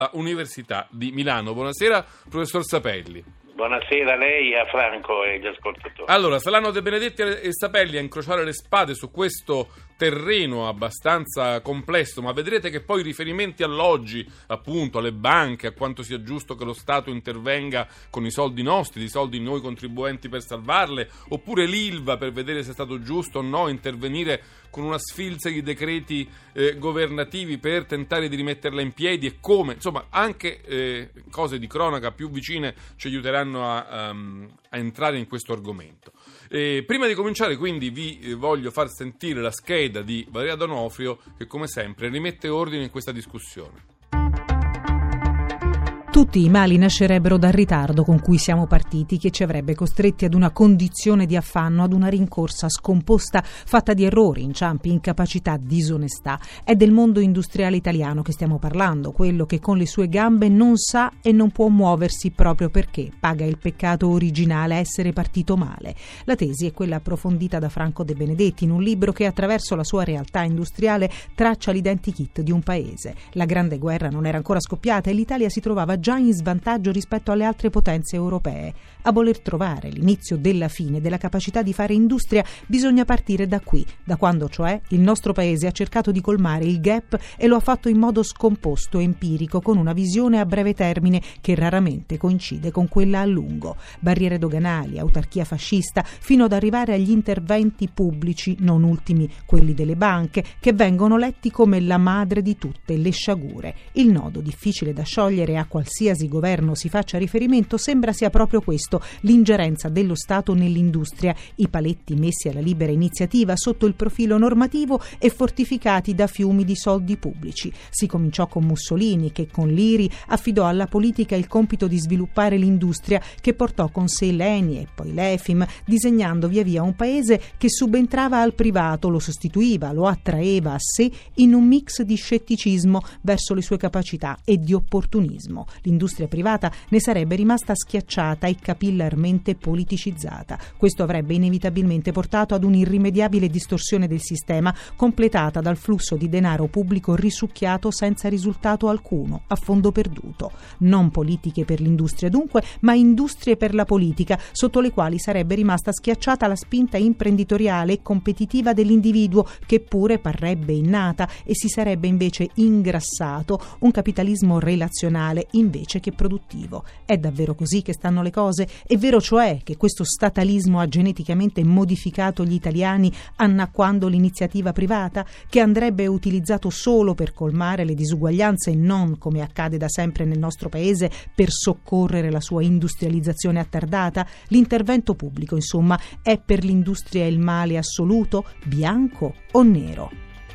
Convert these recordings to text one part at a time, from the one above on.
Università di Milano. Buonasera, professor Sapelli. Buonasera a lei, a Franco e agli ascoltatori. Allora, saranno De Benedetti e Sapelli a incrociare le spade su questo terreno abbastanza complesso, ma vedrete che poi i riferimenti all'oggi, appunto, alle banche, a quanto sia giusto che lo Stato intervenga con i soldi nostri, i soldi di noi contribuenti per salvarle, oppure l'Ilva per vedere se è stato giusto o no intervenire con una sfilza di decreti governativi per tentare di rimetterla in piedi e come, insomma, anche cose di cronaca più vicine ci aiuteranno a entrare in questo argomento. Prima di cominciare, quindi, vi voglio far sentire la scheda di Valeria D'Onofrio che, come sempre, rimette ordine in questa discussione. Tutti i mali nascerebbero dal ritardo con cui siamo partiti, che ci avrebbe costretti ad una condizione di affanno, ad una rincorsa scomposta, fatta di errori, inciampi, incapacità, disonestà. È del mondo industriale italiano che stiamo parlando, quello che con le sue gambe non sa e non può muoversi proprio perché paga il peccato originale a essere partito male. La tesi è quella approfondita da Franco De Benedetti in un libro che, attraverso la sua realtà industriale, traccia l'identikit di un paese. La Grande Guerra non era ancora scoppiata e l'Italia si trovava già in svantaggio rispetto alle altre potenze europee. A voler trovare l'inizio della fine della capacità di fare industria bisogna partire da qui, da quando cioè il nostro paese ha cercato di colmare il gap e lo ha fatto in modo scomposto e empirico, con una visione a breve termine che raramente coincide con quella a lungo. Barriere doganali, autarchia fascista, fino ad arrivare agli interventi pubblici, non ultimi quelli delle banche, che vengono letti come la madre di tutte le sciagure. Il nodo difficile da sciogliere a qualsiasi governo si faccia riferimento sembra sia proprio questo: l'ingerenza dello Stato nell'industria, i paletti messi alla libera iniziativa sotto il profilo normativo e fortificati da fiumi di soldi pubblici. Si cominciò con Mussolini, che con l'IRI affidò alla politica il compito di sviluppare l'industria, che portò con sé l'ENI e poi l'EFIM, disegnando via via un paese che subentrava al privato, lo sostituiva, lo attraeva a sé in un mix di scetticismo verso le sue capacità e di opportunismo. L'industria privata ne sarebbe rimasta schiacciata e capillarmente politicizzata. Questo avrebbe inevitabilmente portato ad un'irrimediabile distorsione del sistema, completata dal flusso di denaro pubblico risucchiato senza risultato alcuno, a fondo perduto. Non politiche per l'industria dunque, ma industrie per la politica, sotto le quali sarebbe rimasta schiacciata la spinta imprenditoriale e competitiva dell'individuo, che pure parrebbe innata, e si sarebbe invece ingrassato un capitalismo relazionale invece che produttivo. È davvero così che stanno le cose? È vero cioè che questo statalismo ha geneticamente modificato gli italiani, annacquando l'iniziativa privata, che andrebbe utilizzato solo per colmare le disuguaglianze e non, come accade da sempre nel nostro paese, per soccorrere la sua industrializzazione attardata? L'intervento pubblico, insomma, è per l'industria il male assoluto, bianco o nero?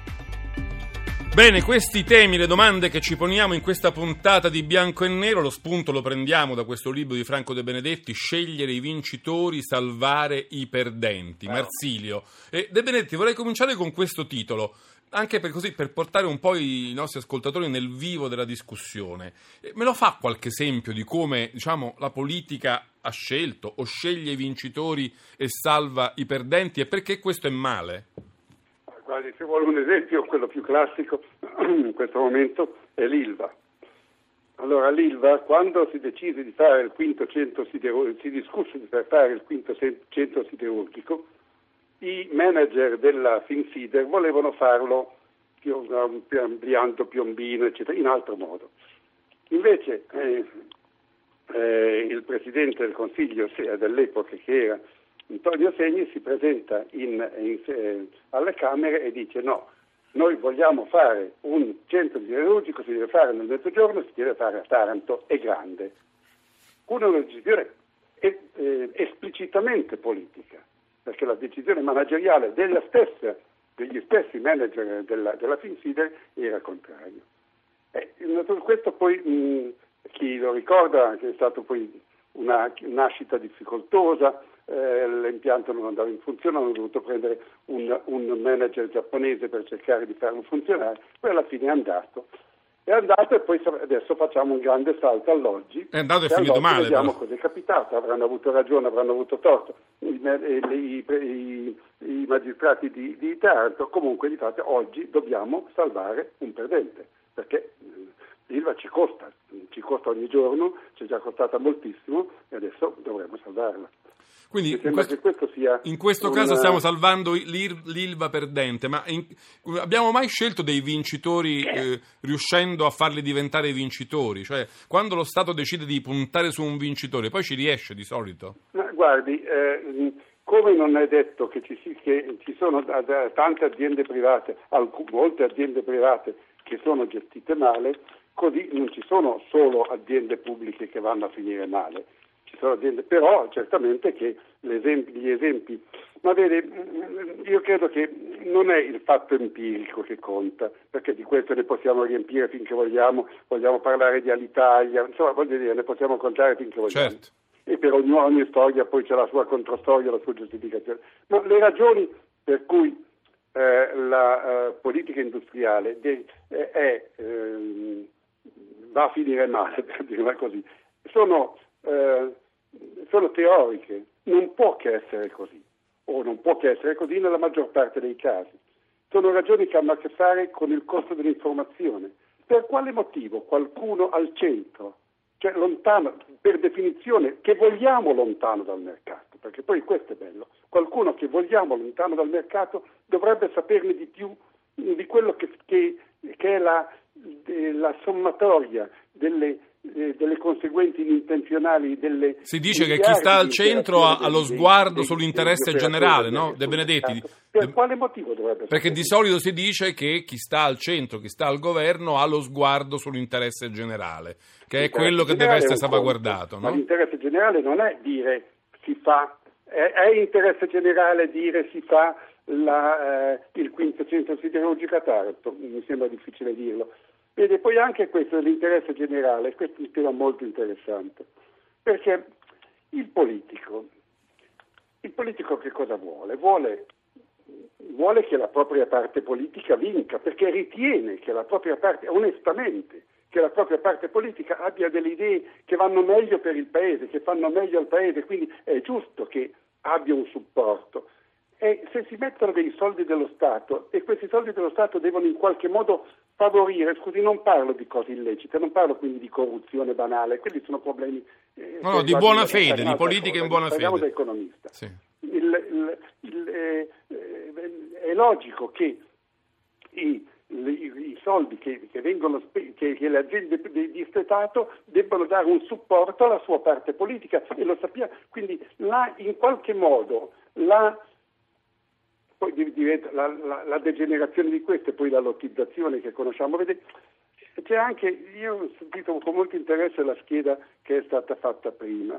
Bene, questi temi, le domande che ci poniamo in questa puntata di Bianco e Nero, lo spunto lo prendiamo da questo libro di Franco De Benedetti, Scegliere i vincitori, salvare i perdenti. Marsilio. De Benedetti, vorrei cominciare con questo titolo, anche per portare un po' i nostri ascoltatori nel vivo della discussione. Me lo fa qualche esempio di come, diciamo, la politica ha scelto o sceglie i vincitori e salva i perdenti, e perché questo è male? Guardi, se vuole un esempio, quello più classico in questo momento è l'Ilva. Allora, l'Ilva, quando si decise di fare il quinto centro siderurgico, si discusse di fare il quinto centro siderurgico, i manager della Finsider volevano farlo ampliando Piombino, eccetera, in altro modo. Invece il presidente del Consiglio dell'epoca, che era Antonio Segni, si presenta alle Camere e dice: no, noi vogliamo fare un centro siderurgico, si deve fare nel Mezzogiorno, si deve fare a Taranto, è grande. Una decisione esplicitamente politica, perché la decisione manageriale degli stessi manager della Finsider era contrario. Questo poi chi lo ricorda, che è stato poi una nascita difficoltosa, l'impianto non andava in funzione, hanno dovuto prendere un manager giapponese per cercare di farlo funzionare, poi alla fine è andato e poi adesso facciamo un grande salto all'oggi. È andato e finito male. Vediamo cosa è capitato, avranno avuto ragione, avranno avuto torto i magistrati di Taranto. Comunque di fatto oggi dobbiamo salvare un perdente, perché l'Ilva ci costa ogni giorno, ci è già costata moltissimo e adesso dovremmo salvarla. Quindi in questo caso stiamo salvando l'Ilva perdente, ma abbiamo mai scelto dei vincitori riuscendo a farli diventare vincitori? Cioè, quando lo Stato decide di puntare su un vincitore, poi ci riesce di solito? Ma guardi, come non è detto che ci sono tante aziende private, molte aziende private che sono gestite male, così non ci sono solo aziende pubbliche che vanno a finire male. Ci sono aziende, però certamente che gli esempi, ma vede, io credo che non è il fatto empirico che conta, perché di questo ne possiamo riempire finché vogliamo parlare di Alitalia, insomma voglio dire, ne possiamo contare finché vogliamo. Certo. E per ogni storia poi c'è la sua controstoria, la sua giustificazione. Ma le ragioni per cui la politica industriale va a finire male, per dirla così, sono teoriche, non può che essere così, o non può che essere così nella maggior parte dei casi. Sono ragioni che hanno a che fare con il costo dell'informazione. Per quale motivo qualcuno al centro, cioè lontano, per definizione, che vogliamo lontano dal mercato, perché poi questo è bello, qualcuno che vogliamo lontano dal mercato dovrebbe saperne di più di quello che è la sommatoria delle conseguenti inintenzionali delle... Si dice che chi sta al centro ha lo sguardo sull'interesse generale, no? De Benedetti. Per quale motivo dovrebbe sapere? Perché di solito si dice che chi sta al centro, chi sta al governo, ha lo sguardo sull'interesse generale, che è quello che deve essere salvaguardato, no? Ma l'interesse generale non è dire si fa, è interesse generale dire si fa il quinto centro siderurgico a Taranto, mi sembra difficile dirlo. Vede, poi anche questo dell'interesse generale, questo è un tema molto interessante, perché il politico che cosa vuole? Vuole che la propria parte politica vinca, perché ritiene che la propria parte, onestamente, che la propria parte politica abbia delle idee che vanno meglio per il Paese, che fanno meglio al Paese, quindi è giusto che abbia un supporto. E se si mettono dei soldi dello Stato, e questi soldi dello Stato devono in qualche modo favorire, scusi, non parlo di cose illecite, non parlo quindi di corruzione banale, quelli sono problemi di buona fede, di politica in buona fede. Parliamo da economista. Sì. È logico che i soldi che vengono che le aziende di Stato debbano dare un supporto alla sua parte politica, e lo sappiamo, quindi in qualche modo poi diventa la degenerazione di questo e poi la lottizzazione che conosciamo. Vede, c'è anche, io ho sentito con molto interesse la scheda che è stata fatta prima.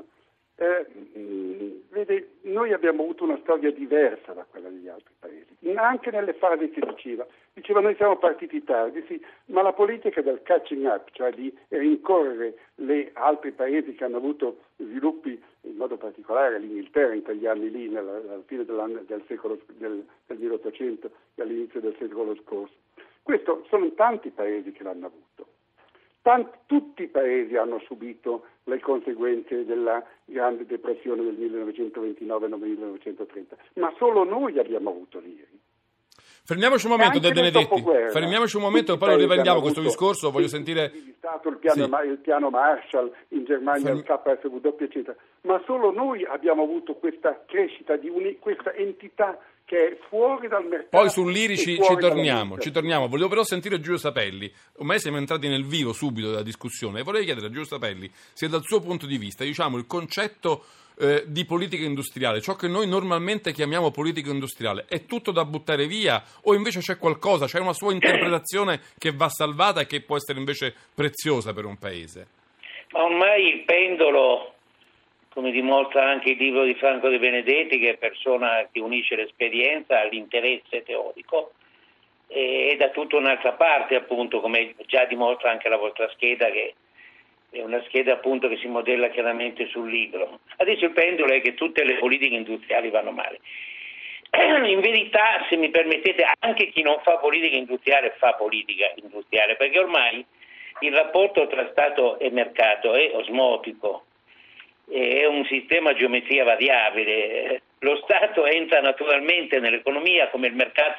Vede, noi abbiamo avuto una storia diversa da quella degli altri paesi, anche nelle fasi che diceva noi siamo partiti tardi, sì, ma la politica del catching up, cioè di rincorrere gli altri paesi che hanno avuto sviluppi, in modo particolare l'Inghilterra in quegli anni lì, alla fine del secolo del 1800 e all'inizio del secolo scorso. Questo sono tanti paesi che l'hanno avuto. Tutti i paesi hanno subito le conseguenze della Grande Depressione del 1929-1930, ma solo noi abbiamo avuto l'IRI. Fermiamoci un momento, De Benedetti. Fermiamoci un momento e poi lo riprendiamo questo discorso. Voglio sentire il piano Marshall, in Germania il KfW, eccetera. Ma solo noi abbiamo avuto questa crescita di questa entità che è fuori dal mercato. Poi sull'IRI ci torniamo. Volevo però sentire Giulio Sapelli. Ormai siamo entrati nel vivo subito della discussione e vorrei chiedere a Giulio Sapelli se dal suo punto di vista, diciamo, il concetto di politica industriale, ciò che noi normalmente chiamiamo politica industriale, è tutto da buttare via o invece c'è qualcosa, c'è una sua interpretazione che va salvata e che può essere invece preziosa per un paese? Ma ormai il pendolo, come dimostra anche il libro di Franco De Benedetti, che è persona che unisce l'esperienza all'interesse teorico, è da tutta un'altra parte, appunto, come già dimostra anche la vostra scheda, che è una scheda appunto che si modella chiaramente sul libro. Adesso il pendolo è che tutte le politiche industriali vanno male. In verità, se mi permettete, anche chi non fa politica industriale fa politica industriale, perché ormai il rapporto tra Stato e mercato è osmotico, è un sistema a geometria variabile. Lo Stato entra naturalmente nell'economia come il mercato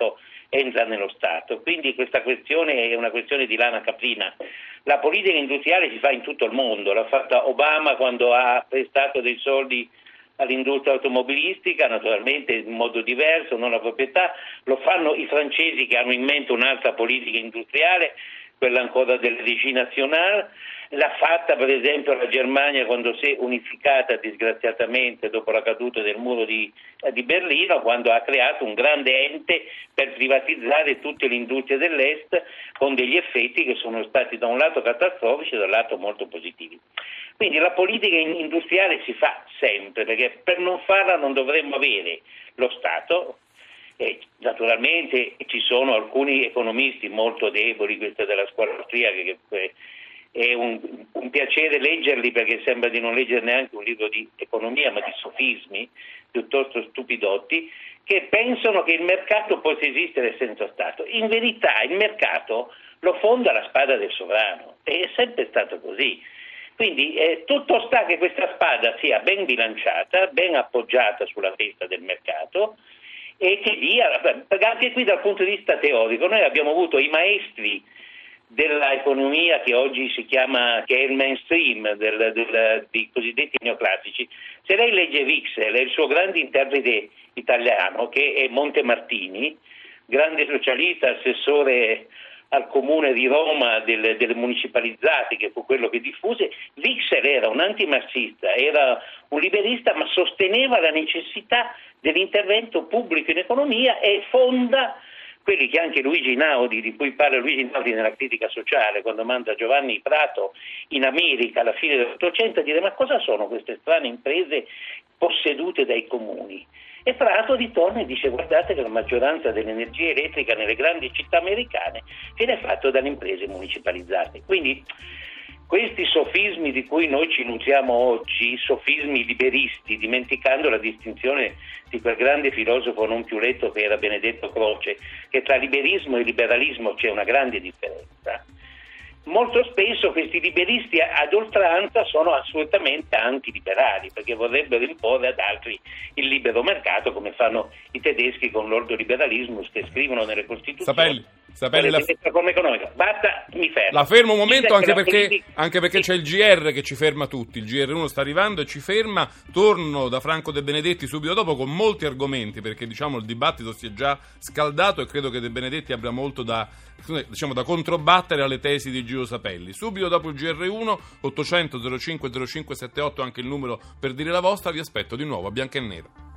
entra nello Stato. Quindi questa questione è una questione di lana caprina. La politica industriale si fa in tutto il mondo, l'ha fatta Obama quando ha prestato dei soldi all'industria automobilistica, naturalmente in modo diverso, non la proprietà, lo fanno i francesi che hanno in mente un'altra politica industriale, quella ancora delle régie nationales, l'ha fatta per esempio la Germania quando si è unificata disgraziatamente dopo la caduta del muro di Berlino, quando ha creato un grande ente per privatizzare tutte le industrie dell'Est con degli effetti che sono stati da un lato catastrofici e dall'altro molto positivi. Quindi la politica industriale si fa sempre, perché per non farla non dovremmo avere lo Stato. Naturalmente ci sono alcuni economisti molto deboli, questo della scuola austriaca, che è un piacere leggerli perché sembra di non leggere neanche un libro di economia, ma di sofismi piuttosto stupidotti, che pensano che il mercato possa esistere senza Stato. In verità il mercato lo fonda la spada del sovrano, è sempre stato così. Quindi tutto sta che questa spada sia ben bilanciata, ben appoggiata sulla testa del mercato, e che dia, perché anche qui dal punto di vista teorico noi abbiamo avuto i maestri dell'economia che oggi si chiama, che è il mainstream dei cosiddetti neoclassici. Se lei legge Wicksell e il suo grande interprete italiano, che è Montemartini, grande socialista, assessore al comune di Roma delle municipalizzate, che fu quello che diffuse, Wicksell era un antimarxista, era un liberista, ma sosteneva la necessità dell'intervento pubblico in economia e fonda quelli che anche Luigi Einaudi, di cui parla Luigi Einaudi nella critica sociale, quando manda Giovanni Prato in America alla fine dell'Ottocento a dire ma cosa sono queste strane imprese possedute dai comuni? E Prato ritorna e dice guardate che la maggioranza dell'energia elettrica nelle grandi città americane viene fatta dalle imprese municipalizzate. Quindi questi sofismi di cui noi ci nutriamo oggi, sofismi liberisti, dimenticando la distinzione di quel grande filosofo non più letto che era Benedetto Croce, che tra liberismo e liberalismo c'è una grande differenza. Molto spesso questi liberisti ad oltranza sono assolutamente antiliberali, perché vorrebbero imporre ad altri il libero mercato, come fanno i tedeschi con l'ordoliberalismo, che scrivono nelle Costituzioni. Sapelli, basta, mi fermo. La fermo un momento anche perché c'è il GR che ci ferma tutti. Il GR1 sta arrivando e ci ferma. Torno da Franco De Benedetti subito dopo con molti argomenti, perché il dibattito si è già scaldato e credo che De Benedetti abbia molto da controbattere alle tesi di Gino Sapelli. Subito dopo il GR1 800 05 05 78 anche il numero per dire la vostra. Vi aspetto di nuovo a Bianco e Nero.